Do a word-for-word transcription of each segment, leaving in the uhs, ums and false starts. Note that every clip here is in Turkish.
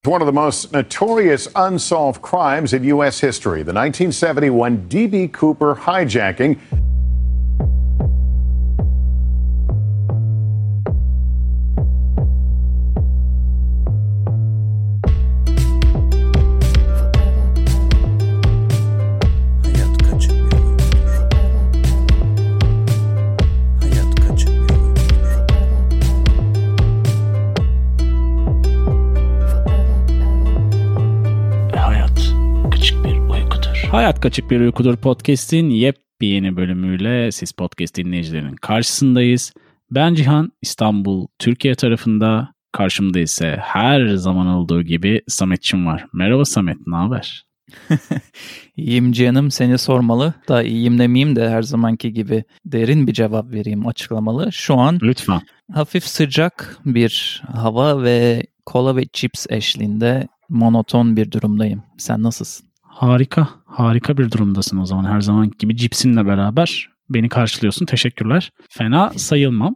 One of the most notorious unsolved crimes in U S history, the nineteen seventy-one D B. Cooper hijacking. Hayat Kaçık Bir Uykudur podcast'in yepyeni bölümüyle siz podcast dinleyicilerinin karşısındayız. Ben Cihan, İstanbul, Türkiye tarafında. Karşımda ise her zaman olduğu gibi Sametçim var. Merhaba Samet, ne haber? İyiyim canım, seni sormalı. Da iyiyim demeyeyim de her zamanki gibi derin bir cevap vereyim, açıklamalı. Şu an lütfen. Hafif sıcak bir hava ve kola ve chips eşliğinde monoton bir durumdayım. Sen nasılsın? Harika, harika bir durumdasın o zaman. Her zaman gibi cipsinle beraber beni karşılıyorsun. Teşekkürler. Fena sayılmam.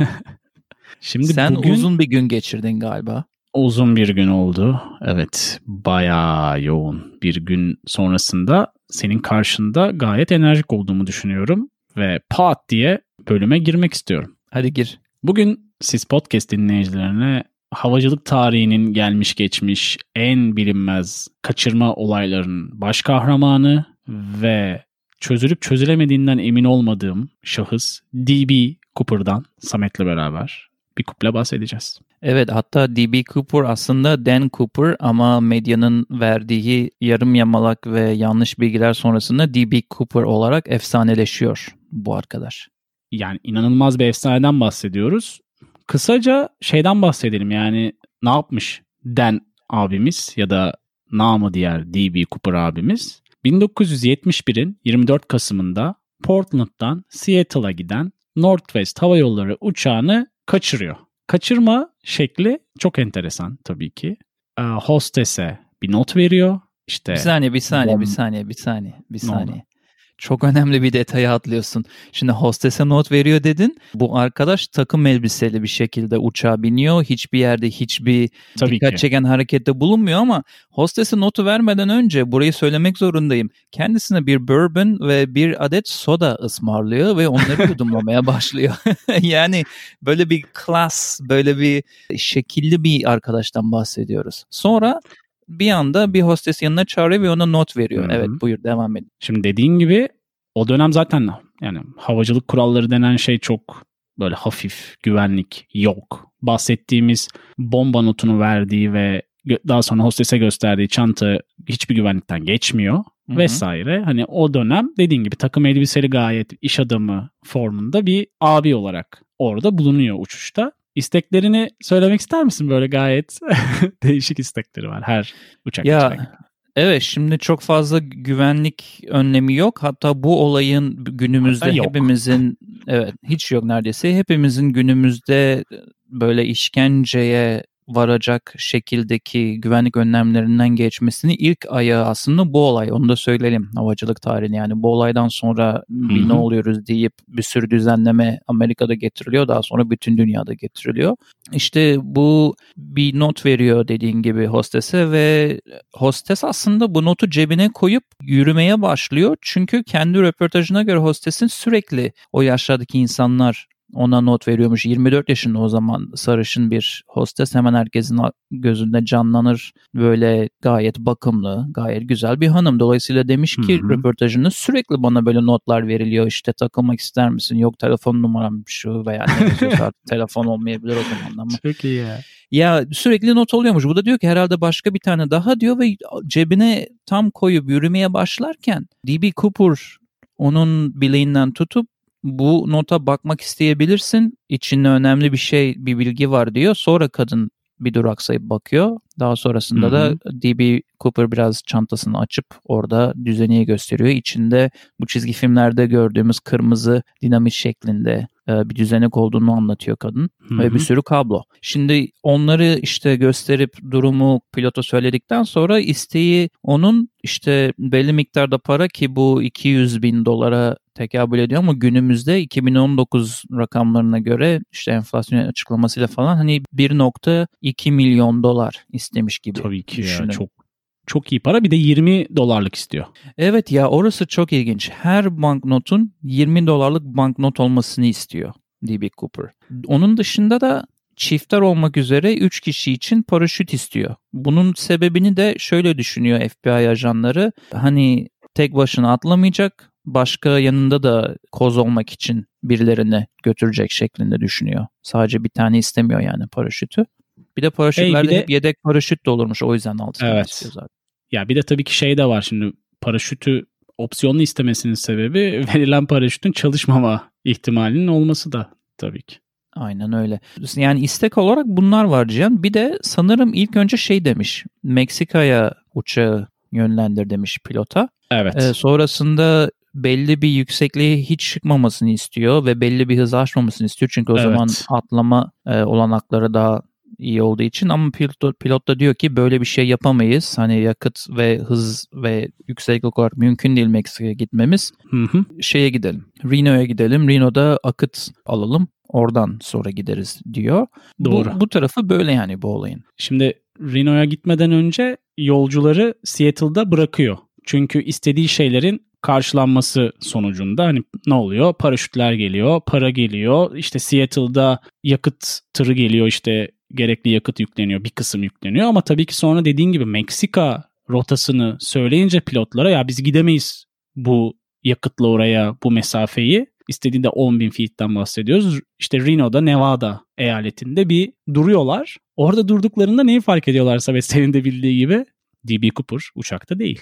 Şimdi Sen bugün uzun bir gün geçirdin galiba. Uzun bir gün oldu. Evet, bayağı yoğun bir gün sonrasında senin karşında gayet enerjik olduğumu düşünüyorum. Ve pat diye bölüme girmek istiyorum. Hadi gir. Bugün siz podcast dinleyicilerine havacılık tarihinin gelmiş geçmiş en bilinmez kaçırma olaylarının baş kahramanı ve çözülüp çözülemediğinden emin olmadığım şahıs D B. Cooper'dan Samet'le beraber bir kuple bahsedeceğiz. Evet, hatta D B. Cooper aslında Dan Cooper ama medyanın verdiği yarım yamalak ve yanlış bilgiler sonrasında D B. Cooper olarak efsaneleşiyor bu arkadaş. Yani inanılmaz bir efsaneden bahsediyoruz. Kısaca şeyden bahsedelim, yani ne yapmış Dan abimiz ya da namı diğer D B. Cooper abimiz? bin dokuz yüz yetmiş birin yirmi dört Kasım'ında Portland'dan Seattle'a giden Northwest Hava Yolları uçağını kaçırıyor. Kaçırma şekli çok enteresan tabii ki. Ee, hostese bir not veriyor. İşte bir saniye, bir saniye, bom... bir saniye, bir saniye, bir saniye. Çok önemli bir detayı atlıyorsun. Şimdi hostese not veriyor dedin. Bu arkadaş takım elbiseli bir şekilde uçağa biniyor. Hiçbir yerde hiçbir Tabii dikkat ki. çeken harekette bulunmuyor ama hostese notu vermeden önce burayı söylemek zorundayım. Kendisine bir bourbon ve bir adet soda ısmarlıyor ve onları yudumlamaya başlıyor. Yani böyle bir klas, böyle bir şekilli bir arkadaştan bahsediyoruz. Sonra bir anda bir hostes yanına çağırıyor ve ona not veriyor. Hı-hı. Evet, buyur devam edin. Şimdi dediğin gibi o dönem zaten yani havacılık kuralları denen şey çok böyle hafif, güvenlik yok. Bahsettiğimiz bomba notunu verdiği ve daha sonra hostese gösterdiği çanta hiçbir güvenlikten geçmiyor. Hı-hı. Vesaire. Hani o dönem dediğin gibi takım elbiseli gayet iş adamı formunda bir abi olarak orada bulunuyor uçuşta. İsteklerini söylemek ister misin? Böyle gayet değişik istekleri var her uçak ya, geçmek. Evet, şimdi çok fazla güvenlik önlemi yok. Hatta bu olayın günümüzde hepimizin evet hiç yok neredeyse. Hepimizin günümüzde böyle işkenceye varacak şekildeki güvenlik önlemlerinden geçmesini ilk ayağı aslında bu olay. Onu da söyleyelim havacılık tarihini. Yani bu olaydan sonra bir ne oluyoruz deyip bir sürü düzenleme Amerika'da getiriliyor. Daha sonra bütün dünyada getiriliyor. İşte bu bir not veriyor dediğin gibi hostese ve hostes aslında bu notu cebine koyup yürümeye başlıyor. Çünkü kendi röportajına göre hostesin sürekli o yaşlardaki insanlar ona not veriyormuş. yirmi dört yaşında o zaman sarışın bir hostes, hemen herkesin gözünde canlanır. Böyle gayet bakımlı, gayet güzel bir hanım. Dolayısıyla demiş ki hı hı. röportajında sürekli bana böyle notlar veriliyor. İşte takılmak ister misin? Yok telefon numaram şu veya ne yazıyorsa telefon olmayabilir o zaman ama. Çok iyi ya. Ya sürekli not oluyormuş. Bu da diyor ki herhalde başka bir tane daha diyor ve cebine tam koyup yürümeye başlarken D B. Cooper onun bileğinden tutup bu nota bakmak isteyebilirsin. İçinde önemli bir şey, bir bilgi var diyor. Sonra kadın bir duraksayıp bakıyor. Daha sonrasında Hı-hı. da D B. Cooper biraz çantasını açıp orada düzeni gösteriyor. İçinde bu çizgi filmlerde gördüğümüz kırmızı dinamit şeklinde bir düzenek olduğunu anlatıyor kadın. Hı-hı. Ve bir sürü kablo. Şimdi onları işte gösterip durumu pilota söyledikten sonra isteği onun işte belli miktarda para ki bu iki yüz bin dolara tekabül ediyor ama günümüzde iki bin on dokuz rakamlarına göre işte enflasyon açıklamasıyla falan hani bir virgül iki milyon dolar istemiş gibi. Tabii ki düşünün. ya, çok çok iyi para, bir de yirmi dolarlık istiyor. Evet ya, orası çok ilginç. Her banknotun yirmi dolarlık banknot olmasını istiyor D B. Cooper. Onun dışında da çiftler olmak üzere üç kişi için paraşüt istiyor. Bunun sebebini de şöyle düşünüyor F B I ajanları. Hani tek başına atlamayacak, başka yanında da koz olmak için birilerini götürecek şeklinde düşünüyor. Sadece bir tane istemiyor yani paraşütü. Bir de paraşütlerde hey, bir de, hep yedek paraşüt de olurmuş, o yüzden altı tane evet. istiyor zaten. Ya bir de tabii ki şey de var, şimdi paraşütü opsiyonlu istemesinin sebebi verilen paraşütün çalışmama ihtimalinin olması da tabii ki. Aynen öyle. Yani istek olarak bunlar var Cihan. Bir de sanırım ilk önce şey demiş. Meksika'ya uçağı yönlendir demiş pilota. Evet. Ee, sonrasında belli bir yüksekliğe hiç çıkmamasını istiyor ve belli bir hızı aşmamasını istiyor. Çünkü o evet. zaman atlama e, olanakları daha iyi olduğu için, ama pilot, pilot da diyor ki böyle bir şey yapamayız. Hani yakıt ve hız ve yükseklik olarak mümkün değil Meksika'ya gitmemiz. Hı hı. Şeye gidelim. Reno'ya gidelim. Reno'da akıt alalım. Oradan sonra gideriz diyor. Doğru. Bu, bu tarafı böyle yani bu olayın. Şimdi Reno'ya gitmeden önce yolcuları Seattle'da bırakıyor. Çünkü istediği şeylerin karşılanması sonucunda hani ne oluyor? Paraşütler geliyor, para geliyor. İşte Seattle'da yakıt tırı geliyor, işte gerekli yakıt yükleniyor, bir kısım yükleniyor. Ama tabii ki sonra dediğin gibi Meksika rotasını söyleyince pilotlara ya biz gidemeyiz bu yakıtla oraya, bu mesafeyi. İstediğinde on bin feet'ten bahsediyoruz. İşte Reno'da, Nevada eyaletinde bir duruyorlar. Orada durduklarında neyi fark ediyorlarsa ve senin de bildiği gibi D B. Cooper uçakta değil.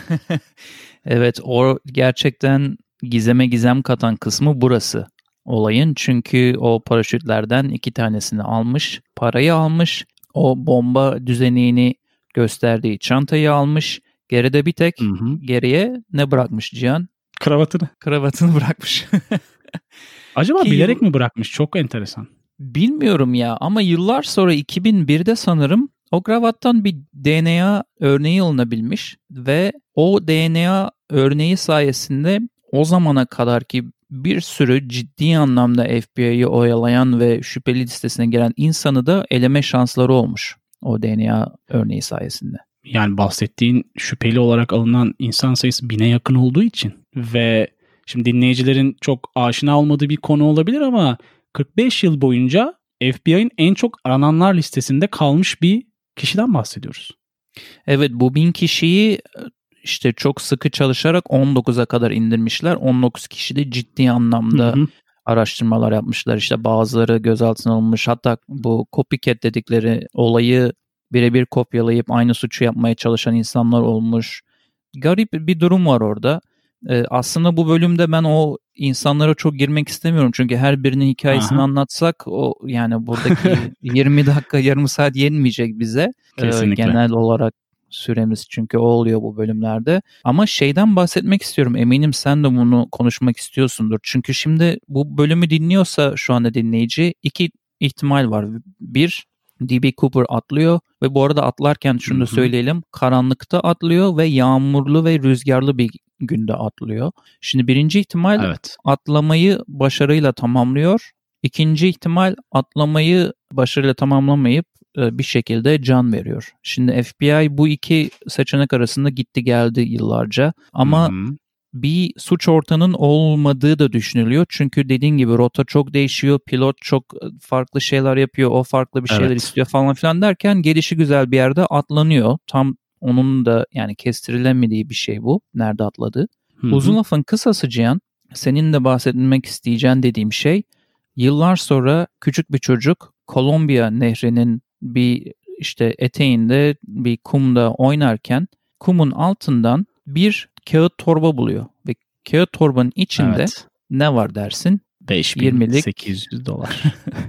Evet, o gerçekten gizeme gizem katan kısmı burası olayın. Çünkü o paraşütlerden iki tanesini almış, parayı almış, o bomba düzenini gösterdiği çantayı almış. Geride bir tek hı hı. geriye ne bırakmış Cihan? Kravatını. Kravatını bırakmış. Acaba Ki, bilerek mi bırakmış? Çok enteresan. Bilmiyorum ya, ama yıllar sonra iki bin birde sanırım o kravattan bir D N A örneği alınabilmiş ve o D N A örneği sayesinde o zamana kadar ki bir sürü ciddi anlamda F B I'yi oyalayan ve şüpheli listesine giren insanı da eleme şansları olmuş o D N A örneği sayesinde. Yani bahsettiğin şüpheli olarak alınan insan sayısı bine yakın olduğu için ve şimdi dinleyicilerin çok aşina olmadığı bir konu olabilir ama kırk beş yıl boyunca F B I'nin en çok arananlar listesinde kalmış bir kişiden bahsediyoruz. Evet, bu bin kişiyi işte çok sıkı çalışarak on dokuza kadar indirmişler. on dokuz kişi de ciddi anlamda hı hı. araştırmalar yapmışlar. İşte bazıları gözaltına alınmış. Hatta bu copycat dedikleri olayı birebir kopyalayıp aynı suçu yapmaya çalışan insanlar olmuş. Garip bir durum var orada. Ee, aslında bu bölümde ben o insanlara çok girmek istemiyorum. Çünkü her birinin hikayesini Aha. anlatsak o yani buradaki yirmi dakika yarım saat yenmeyecek bize. Kesinlikle. Ee, genel olarak süremiz çünkü o oluyor bu bölümlerde. Ama şeyden bahsetmek istiyorum. Eminim sen de bunu konuşmak istiyorsundur. Çünkü şimdi bu bölümü dinliyorsa şu anda dinleyici iki ihtimal var. Bir, D B. Cooper atlıyor ve bu arada atlarken şunu da söyleyelim. Karanlıkta atlıyor ve yağmurlu ve rüzgarlı bir günde atlıyor. Şimdi birinci ihtimal evet. atlamayı başarıyla tamamlıyor. İkinci ihtimal atlamayı başarıyla tamamlamayıp bir şekilde can veriyor. Şimdi F B I bu iki seçenek arasında gitti geldi yıllarca ama Hı-hı. bir suç ortağının olmadığı da düşünülüyor. Çünkü dediğin gibi rota çok değişiyor. Pilot çok farklı şeyler yapıyor. O farklı bir şeyler evet. istiyor falan filan derken gelişi güzel bir yerde atlanıyor. Tam onun da yani kestirilemediği bir şey bu. Nerede atladı? Hı-hı. Uzun lafın kısası Cihan, senin de bahsetmek isteyeceğin dediğim şey, yıllar sonra küçük bir çocuk Kolombiya Nehri'nin bir işte eteğinde bir kumda oynarken kumun altından bir kağıt torba buluyor ve kağıt torbanın içinde evet. ne var dersin? beş bin sekiz yüz dolar.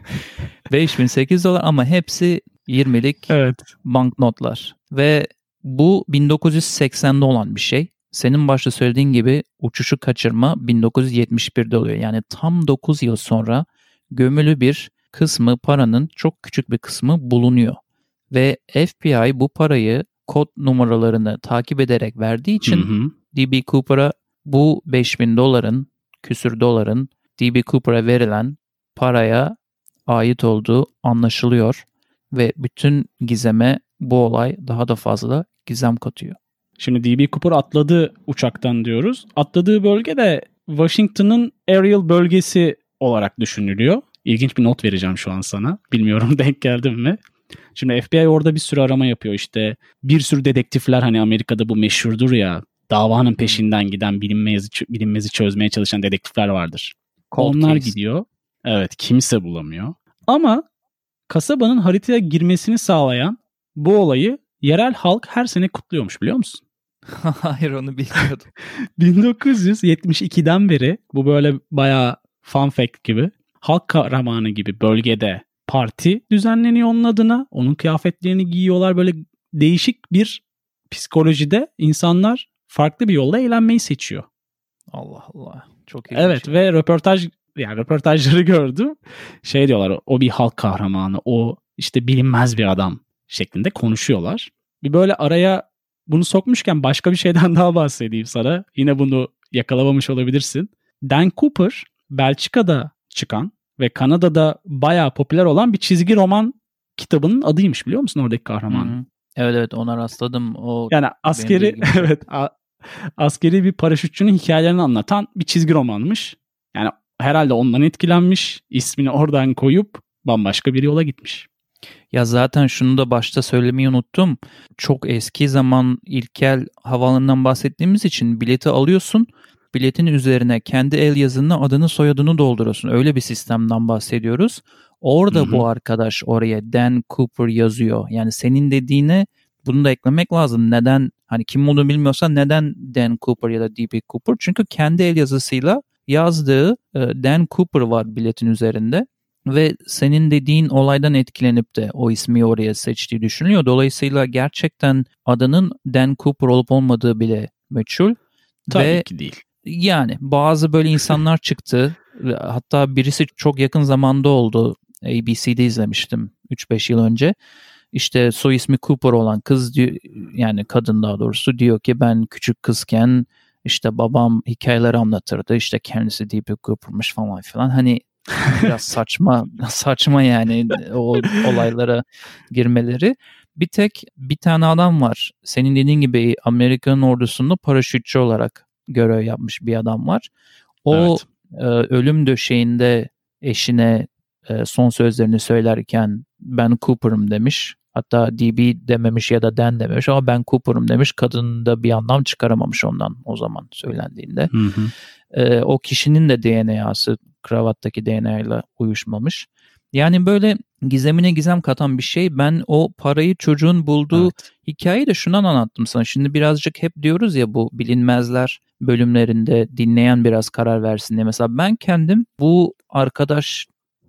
beş bin sekiz yüz dolar ama hepsi yirmilik evet. banknotlar ve bu bin dokuz yüz seksende olan bir şey. Senin başta söylediğin gibi uçuşu kaçırma bin dokuz yüz yetmiş birde oluyor. Yani tam dokuz yıl sonra gömülü bir kısmı, paranın çok küçük bir kısmı bulunuyor. Ve F B I bu parayı kod numaralarını takip ederek verdiği için hı hı. D B. Cooper'a bu beş bin doların küsür doların D B Cooper'a verilen paraya ait olduğu anlaşılıyor ve bütün gizeme bu olay daha da fazla gizem katıyor. Şimdi D B Cooper atladı uçaktan diyoruz. Atladığı bölge de Washington'ın Ariel bölgesi olarak düşünülüyor. İlginç bir not vereceğim şu an sana. Bilmiyorum denk geldim mi? Şimdi F B I orada bir sürü arama yapıyor. İşte bir sürü dedektifler, hani Amerika'da bu meşhurdur ya, davanın peşinden giden, bilinmezi, bilinmezi çözmeye çalışan dedektifler vardır. Cold Onlar case. Gidiyor. Evet, kimse bulamıyor. Ama kasabanın haritaya girmesini sağlayan bu olayı yerel halk her sene kutluyormuş, biliyor musun? Hayır, onu bilmiyordum. bin dokuz yüz yetmiş ikiden beri bu böyle bayağı fun fact gibi, halk kahramanı gibi bölgede parti düzenleniyor onun adına. Onun kıyafetlerini giyiyorlar. Böyle değişik bir psikolojide insanlar farklı bir yolla eğlenmeyi seçiyor. Allah Allah. Çok iyi. Evet şey. Ve röportaj, yani röportajları gördüm. Şey diyorlar, o bir halk kahramanı, o işte bilinmez bir adam şeklinde konuşuyorlar. Bir böyle araya bunu sokmuşken başka bir şeyden daha bahsedeyim sana. Yine bunu yakalamamış olabilirsin. Dan Cooper, Belçika'da çıkan ve Kanada'da bayağı popüler olan bir çizgi roman kitabının adıymış, biliyor musun oradaki kahraman? Hı-hı. Evet evet, ona rastladım. O yani askeri evet a, askeri bir paraşütçünün hikayelerini anlatan bir çizgi romanmış. Yani herhalde ondan etkilenmiş, ismini oradan koyup bambaşka bir yola gitmiş. Ya zaten şunu da başta söylemeyi unuttum. Çok eski zaman ilkel havaalanından bahsettiğimiz için bileti alıyorsun. Biletin üzerine kendi el yazınla adını soyadını dolduruyorsun. Öyle bir sistemden bahsediyoruz. Orada hı hı. Bu arkadaş oraya Dan Cooper yazıyor. Yani senin dediğine bunu da eklemek lazım. Neden, hani kim olduğunu bilmiyorsan neden Dan Cooper ya da D B Cooper? Çünkü kendi el yazısıyla yazdığı Dan Cooper var biletin üzerinde. Ve senin dediğin olaydan etkilenip de o ismi oraya seçtiği düşünülüyor. Dolayısıyla gerçekten adının Dan Cooper olup olmadığı bile meçhul. Tabii ve ki değil. Yani bazı böyle insanlar çıktı. Hatta birisi çok yakın zamanda oldu. A B C'de izlemiştim üç beş yıl önce. İşte soy ismi Cooper olan kız diyor, yani kadın daha doğrusu diyor ki ben küçük kızken işte babam hikayeler anlatırdı. İşte kendisi D B Cooper'mış falan filan. Hani biraz saçma saçma yani o olaylara girmeleri. Bir tek bir tane adam var. Senin dediğin gibi Amerikan ordusunda paraşütçü olarak görev yapmış bir adam var. O evet. e, ölüm döşeğinde eşine e, son sözlerini söylerken ben Cooper'ım demiş. Hatta D B dememiş ya da Dan dememiş ama ben Cooper'ım demiş. Kadın da bir anlam çıkaramamış ondan o zaman söylendiğinde. Hı hı. E, o kişinin de D N A'sı kravattaki D N A ile uyuşmamış. Yani böyle gizemine gizem katan bir şey. Ben o parayı çocuğun bulduğu evet. hikayeyi de şundan anlattım sana. Şimdi birazcık hep diyoruz ya bu bilinmezler bölümlerinde dinleyen biraz karar versin diye. Mesela ben kendim bu arkadaş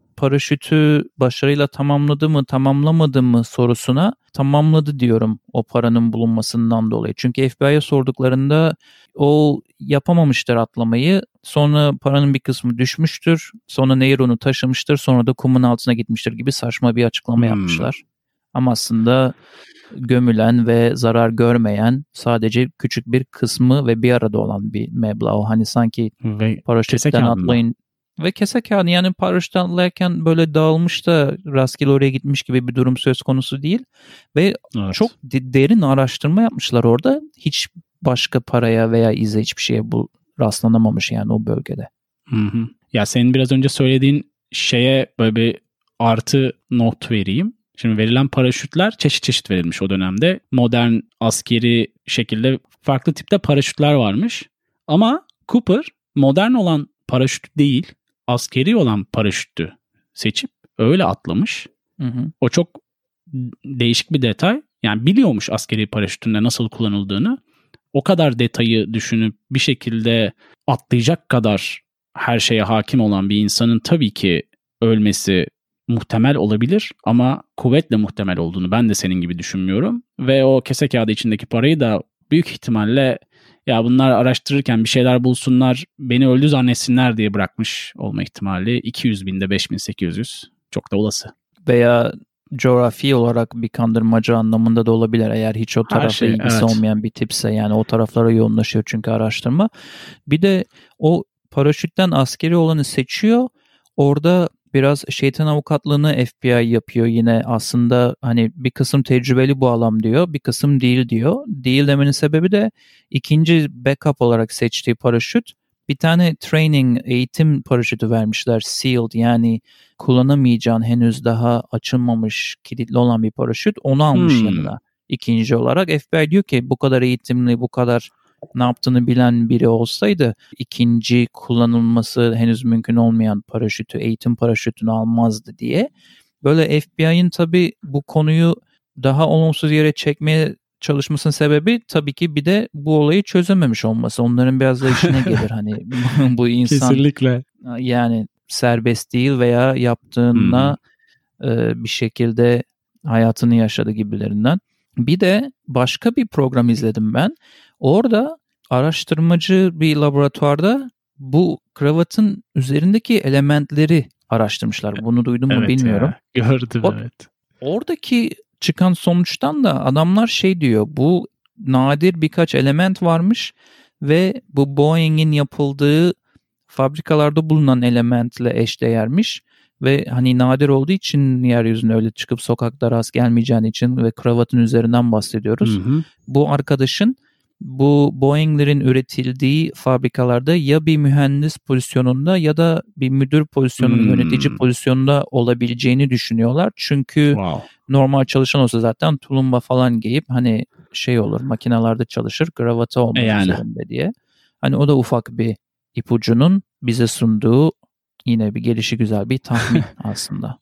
paraşütü başarıyla tamamladı mı tamamlamadı mı sorusuna tamamladı diyorum o paranın bulunmasından dolayı. Çünkü F B I'ye sorduklarında o yapamamıştır atlamayı. Sonra paranın bir kısmı düşmüştür. Sonra nehir onu taşımıştır. Sonra da kumun altına gitmiştir gibi saçma bir açıklama hmm. yapmışlar. Ama aslında gömülen ve zarar görmeyen sadece küçük bir kısmı ve bir arada olan bir meblağ. O hani sanki ve paraşütten atlayın. Ve kese kağıdı, yani paraşütten atlarken böyle dağılmış da rastgele oraya gitmiş gibi bir durum söz konusu değil. Ve evet. çok de- derin araştırma yapmışlar orada. Hiç başka paraya veya ize hiçbir şeye bu rastlanamamış yani o bölgede. Hı hı. Ya senin biraz önce söylediğin şeye böyle bir artı not vereyim. Şimdi verilen paraşütler çeşit çeşit verilmiş o dönemde. Modern askeri şekilde farklı tipte paraşütler varmış. Ama Cooper modern olan paraşüt değil, askeri olan paraşütü seçip öyle atlamış. Hı hı. O çok değişik bir detay. Yani biliyormuş askeri paraşütün de nasıl kullanıldığını. O kadar detayı düşünüp bir şekilde atlayacak kadar her şeye hakim olan bir insanın tabii ki ölmesi muhtemel olabilir ama kuvvetle muhtemel olduğunu ben de senin gibi düşünmüyorum. Ve o kese kağıdı içindeki parayı da büyük ihtimalle ya bunlar araştırırken bir şeyler bulsunlar, beni öldü zannetsinler diye bırakmış olma ihtimali iki yüz binde beş bin sekiz yüz çok da olası. Veya coğrafi olarak bir kandırmaca anlamında da olabilir eğer hiç o tarafla şey, ilgisi evet. olmayan bir tipse, yani o taraflara yoğunlaşıyor çünkü araştırma. Bir de o paraşütten askeri olanı seçiyor. Orada biraz şeytan avukatlığını F B I yapıyor yine aslında hani bir kısım tecrübeli bu adam diyor, bir kısım değil diyor. Değil demenin sebebi de ikinci backup olarak seçtiği paraşüt bir tane training eğitim paraşütü vermişler, sealed yani kullanamayacağın henüz daha açılmamış kilitli olan bir paraşüt, onu almış hmm. yanına ikinci olarak. F B I diyor ki bu kadar eğitimli, bu kadar ne yaptığını bilen biri olsaydı ikinci kullanılması henüz mümkün olmayan paraşütü, eğitim paraşütünü almazdı diye. Böyle F B I'nin tabii bu konuyu daha olumsuz yere çekmeye çalışmasının sebebi tabii ki bir de bu olayı çözememiş olması. Onların biraz da işine gelir hani bu insan kesinlikle yani serbest değil veya yaptığına hmm. e, bir şekilde hayatını yaşadı gibilerinden. Bir de başka bir program izledim ben. Orada araştırmacı bir laboratuvarda bu kravatın üzerindeki elementleri araştırmışlar. Bunu duydun mu evet bilmiyorum. Ya, gördüm o, evet. Oradaki çıkan sonuçtan da adamlar şey diyor. Bu nadir birkaç element varmış ve bu Boeing'in yapıldığı fabrikalarda bulunan elementle eşdeğermiş. Ve hani nadir olduğu için yeryüzüne öyle çıkıp sokakta rast gelmeyeceğin için ve kravatın üzerinden bahsediyoruz. Hı hı. Bu arkadaşın bu Boeing'lerin üretildiği fabrikalarda ya bir mühendis pozisyonunda ya da bir müdür pozisyonunda, hmm. yönetici pozisyonunda olabileceğini düşünüyorlar. Çünkü wow. normal çalışan olsa zaten tulumba falan giyip hani şey olur, makinalarda çalışır, kravatı olmaz e yani. üzerinde diye. Hani o da ufak bir ipucunun bize sunduğu yine bir gelişi güzel bir tahmin aslında.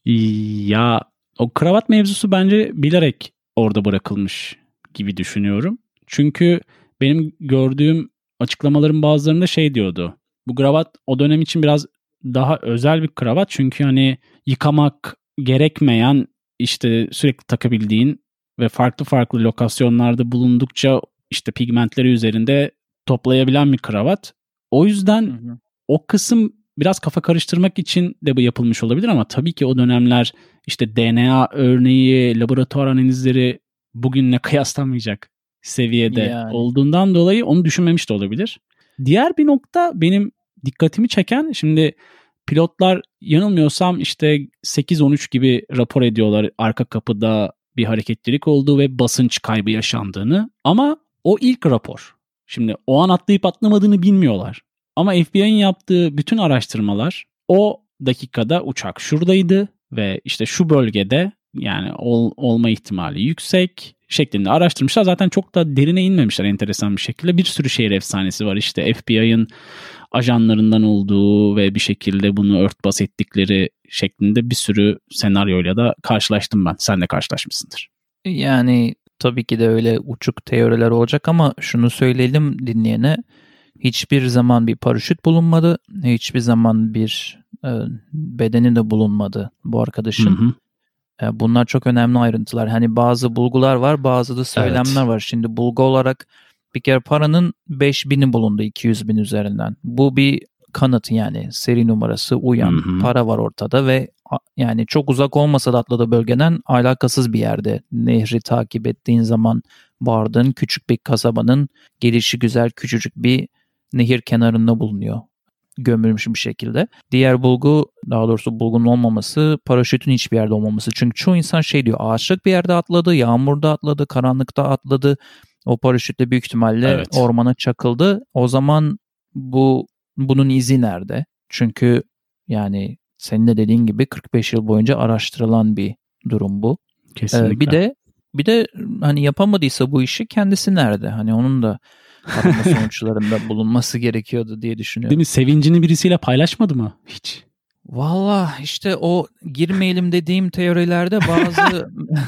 Ya o kravat mevzusu bence bilerek orada bırakılmış gibi düşünüyorum. Çünkü benim gördüğüm açıklamaların bazılarında şey diyordu. Bu kravat o dönem için biraz daha özel bir kravat. Çünkü hani yıkamak gerekmeyen, işte sürekli takabildiğin ve farklı farklı lokasyonlarda bulundukça işte pigmentleri üzerinde toplayabilen bir kravat. O yüzden hı hı. o kısım biraz kafa karıştırmak için de bu yapılmış olabilir ama tabii ki o dönemler işte D N A örneği, laboratuvar analizleri bugünle kıyaslamayacak seviyede yani. olduğundan dolayı onu düşünmemiş de olabilir. Diğer bir nokta benim dikkatimi çeken, şimdi pilotlar yanılmıyorsam işte sekiz on üç gibi rapor ediyorlar arka kapıda bir hareketlilik olduğu ve basınç kaybı yaşandığını, ama o ilk rapor. Şimdi o an atlayıp atlamadığını bilmiyorlar. Ama F B I'nin yaptığı bütün araştırmalar o dakikada uçak şuradaydı ve işte şu bölgede yani ol, olma ihtimali yüksek şeklinde araştırmışlar. Zaten çok da derine inmemişler enteresan bir şekilde. Bir sürü şehir efsanesi var. İşte F B I'nin ajanlarından olduğu ve bir şekilde bunu örtbas ettikleri şeklinde bir sürü senaryoyla da karşılaştım ben. Sen de karşılaşmışsındır. Yani tabii ki de öyle uçuk teoriler olacak ama şunu söyleyelim dinleyene. Hiçbir zaman bir paraşüt bulunmadı. Hiçbir zaman bir e, bedeni de bulunmadı bu arkadaşın. Hı hı. E, bunlar çok önemli ayrıntılar. Hani bazı bulgular var, bazı da söylemler evet. var. Şimdi bulgu olarak bir kere paranın beş bini bulundu iki yüz bin üzerinden. Bu bir kanıt yani. Seri numarası uyan, hı hı. para var ortada ve yani çok uzak olmasa da atladığı bölgeden alakasız bir yerde. Nehri takip ettiğin zaman vardığın küçük bir kasabanın gelişi güzel küçücük bir nehir kenarında bulunuyor. Gömülmüş bir şekilde. Diğer bulgu, daha doğrusu bulgunun olmaması, paraşütün hiçbir yerde olmaması. Çünkü çoğu insan şey diyor, ağaçlık bir yerde atladı, yağmurda atladı, karanlıkta atladı. O paraşütle büyük ihtimalle evet. ormana çakıldı. O zaman bu bunun izi nerede? Çünkü yani senin de dediğin gibi kırk beş yıl boyunca araştırılan bir durum bu. Kesinlikle. Ee, bir de bir de hani yapamadıysa bu işi kendisi nerede? Hani onun da arama sonuçlarında bulunması gerekiyordu diye düşünüyorum. Değil mi? Sevincini birisiyle paylaşmadı mı hiç? Valla işte o girmeyelim dediğim teorilerde bazı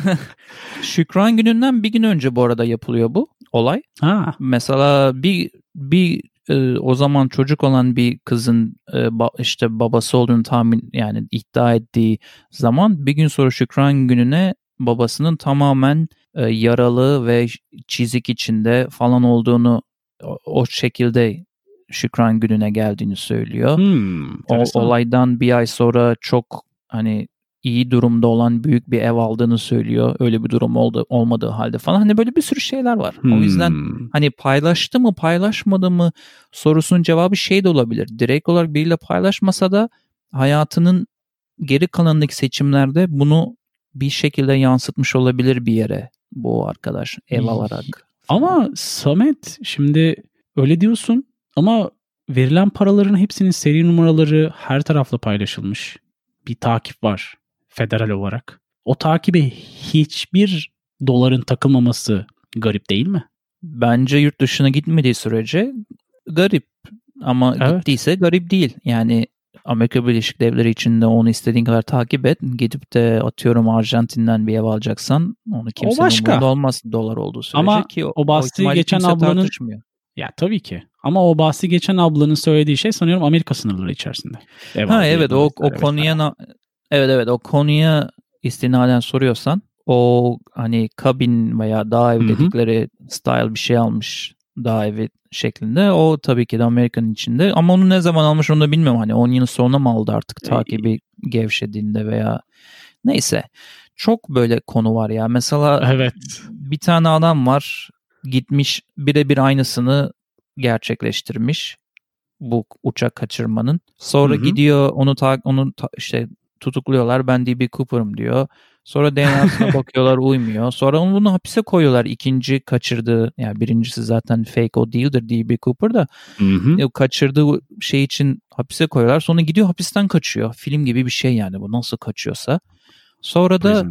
Şükran Günü'nden bir gün önce bu arada yapılıyor bu olay. Ha. Mesela bir bir e, o zaman çocuk olan bir kızın e, ba, işte babası olduğunu tahmin yani iddia ettiği zaman bir gün sonra Şükran Günü'ne babasının tamamen e, yaralı ve çizik içinde falan olduğunu o, o şekilde Şükran Günü'ne geldiğini söylüyor. Hmm, o olaydan bir ay sonra çok hani iyi durumda olan büyük bir ev aldığını söylüyor. Öyle bir durum oldu, olmadığı halde falan. Hani böyle bir sürü şeyler var. Hmm. O yüzden hani paylaştı mı paylaşmadı mı sorusunun cevabı şey de olabilir. Direkt olarak biriyle paylaşmasa da hayatının geri kalanındaki seçimlerde bunu bir şekilde yansıtmış olabilir bir yere bu arkadaş ev alarak. Ama Samet şimdi öyle diyorsun ama verilen paraların hepsinin seri numaraları her tarafla paylaşılmış. Bir takip var federal olarak. O takibe hiçbir doların takılmaması garip değil mi? Bence yurt dışına gitmediği sürece garip. Ama evet. Gittiyse garip değil. Yani Amerika Birleşik Devletleri içinde onu istediğin kadar takip et. Gidip de atıyorum Arjantin'den bir ev alacaksan onu kimsenin umurunda olmaz dolar olduğu sürece. Ama ki o, o bahsi o geçen ablanın ya tabii ki. Ama o bahsi geçen ablanın söylediği şey sanıyorum Amerika sınırları içerisinde. Ev ha evet o, o konuya na- evet evet o konuya istinaden soruyorsan o hani kabin veya dağ evi dedikleri Hı-hı. style bir şey almış dağ evi şeklinde. O tabii ki de Amerika'nın içinde. Ama onu ne zaman almış onu da bilmiyorum. Hani on yıl sonra mı aldı artık takibi gevşediğinde veya neyse. Çok böyle konu var ya. Mesela evet. bir tane adam var gitmiş birebir aynısını gerçekleştirmiş bu uçak kaçırmanın. Sonra Hı-hı. gidiyor onu ta- onu ta- işte tutukluyorlar. Ben D B Cooper'ım diyor. Sonra D N A'sına bakıyorlar uymuyor. Sonra onu bunu hapise koyuyorlar. İkinci kaçırdığı yani birincisi zaten fake o değildir D B Cooper da. E, kaçırdığı şey için hapise koyuyorlar. Sonra gidiyor hapisten kaçıyor. Film gibi bir şey yani bu nasıl kaçıyorsa. Sonra da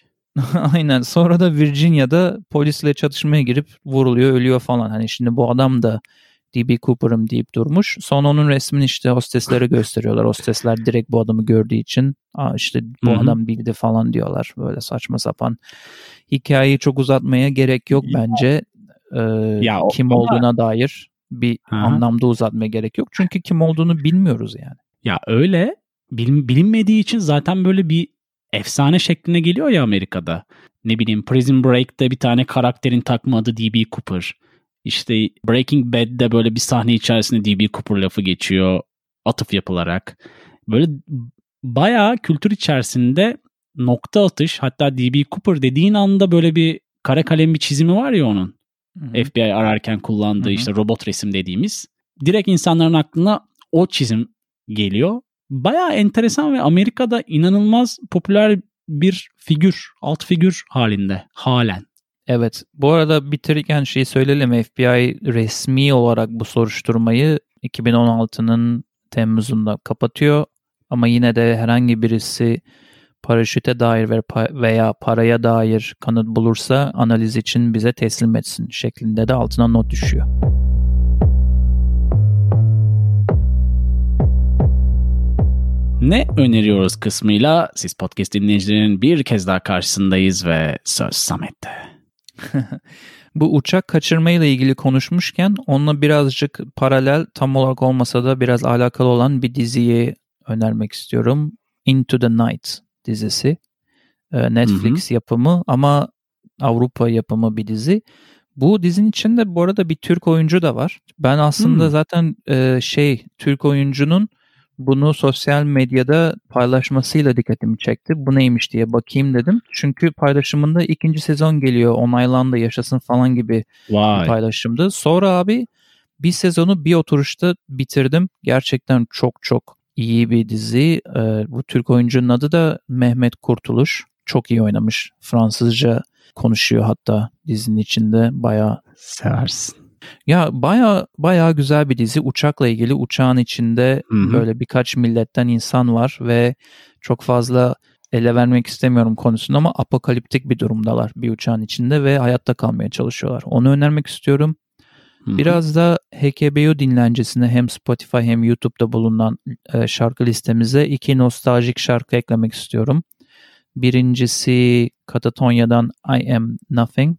aynen sonra da Virginia'da polisle çatışmaya girip vuruluyor ölüyor falan. Hani şimdi bu adam da D B Cooper'ım deyip durmuş. Sonra onun resmini işte hosteslere gösteriyorlar. Hostesler direkt bu adamı gördüğü için Aa işte bu Hı-hı. adam bildi falan diyorlar. Böyle saçma sapan. Hikayeyi çok uzatmaya gerek yok bence. Ee, ya o, kim olduğuna ama... dair bir Hı-hı. anlamda uzatmaya gerek yok. Çünkü kim olduğunu bilmiyoruz yani. Ya öyle bilin, bilinmediği için zaten böyle bir efsane şekline geliyor ya Amerika'da. Ne bileyim Prison Break'te bir tane karakterin takma adı D B Cooper. İşte Breaking Bad'de böyle bir sahne içerisinde D B Cooper lafı geçiyor atıf yapılarak. Böyle bayağı kültür içerisinde nokta atış hatta D B Cooper dediğin anda böyle bir kara kalem bir çizimi var ya onun. Hı-hı. F B I ararken kullandığı Hı-hı. işte robot resim dediğimiz. Direkt insanların aklına o çizim geliyor. Bayağı enteresan ve Amerika'da inanılmaz popüler bir figür, alt figür halinde halen. Evet. Bu arada bitirirken şeyi söyleyelim. F B I resmi olarak bu soruşturmayı iki bin on altının Temmuz'unda kapatıyor. Ama yine de herhangi birisi paraşüte dair veya paraya dair kanıt bulursa analiz için bize teslim etsin şeklinde de altına not düşüyor. Ne öneriyoruz kısmıyla siz podcast dinleyicilerinin bir kez daha karşısındayız ve söz Samet'te. Bu uçak kaçırmayla ilgili konuşmuşken onunla birazcık paralel tam olarak olmasa da biraz alakalı olan bir diziyi önermek istiyorum. Into the Night dizisi. Netflix hı hı. yapımı ama Avrupa yapımı bir dizi. Bu dizinin içinde bu arada bir Türk oyuncu da var. Ben aslında hmm. zaten şey Türk oyuncunun bunu sosyal medyada paylaşmasıyla dikkatimi çekti. Bu neymiş diye bakayım dedim. Çünkü paylaşımında ikinci sezon geliyor, onaylandı, yaşasın falan gibi Vay. bir paylaşımdı. Sonra abi bir sezonu bir oturuşta bitirdim. Gerçekten çok çok iyi bir dizi. Ee, bu Türk oyuncunun adı da Mehmet Kurtuluş. Çok iyi oynamış. Fransızca konuşuyor hatta dizinin içinde. Bayağı seversin. Ya baya baya güzel bir dizi. Uçakla ilgili uçağın içinde Hı-hı. böyle birkaç milletten insan var ve çok fazla ele vermek istemiyorum konusunu ama apokaliptik bir durumdalar bir uçağın içinde ve hayatta kalmaya çalışıyorlar. Onu önermek istiyorum. Hı-hı. Biraz da H K B O dinlencesine hem Spotify hem YouTube'da bulunan e, şarkı listemize iki nostaljik şarkı eklemek istiyorum. Birincisi Katatonya'dan I Am Nothing.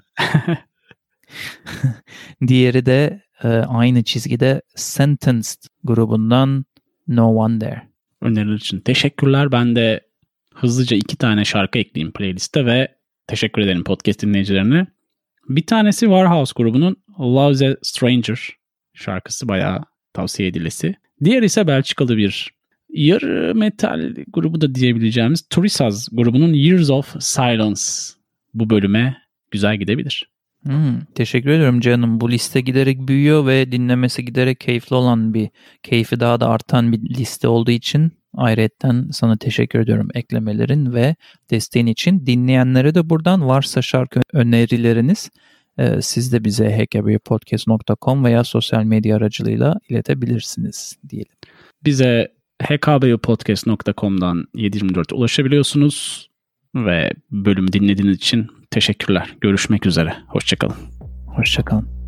Diğeri de e, aynı çizgide Sentenced grubundan No One There. Öneriler için teşekkürler. Ben de hızlıca iki tane şarkı ekleyeyim playliste ve teşekkür ederim podcast dinleyicilerine. Bir tanesi Warhouse grubunun Love's a Stranger şarkısı bayağı tavsiye edilesi. Diğeri ise Belçikalı bir yarı metal grubu da diyebileceğimiz Turisaz grubunun Years of Silence bu bölüme güzel gidebilir. Hmm, teşekkür ediyorum canım. Bu liste giderek büyüyor ve dinlemesi giderek keyifli olan bir, keyfi daha da artan bir liste olduğu için ayrıyetten sana teşekkür ediyorum eklemelerin ve desteğin için. Dinleyenlere de buradan varsa şarkı önerileriniz e, siz de bize hackabiypodcast nokta com veya sosyal medya aracılığıyla iletebilirsiniz diyelim. Bize hackabiypodcast nokta com'dan yedi yirmi dört ulaşabiliyorsunuz ve bölümü dinlediğiniz için teşekkürler. Görüşmek üzere. Hoşçakalın. Hoşçakalın.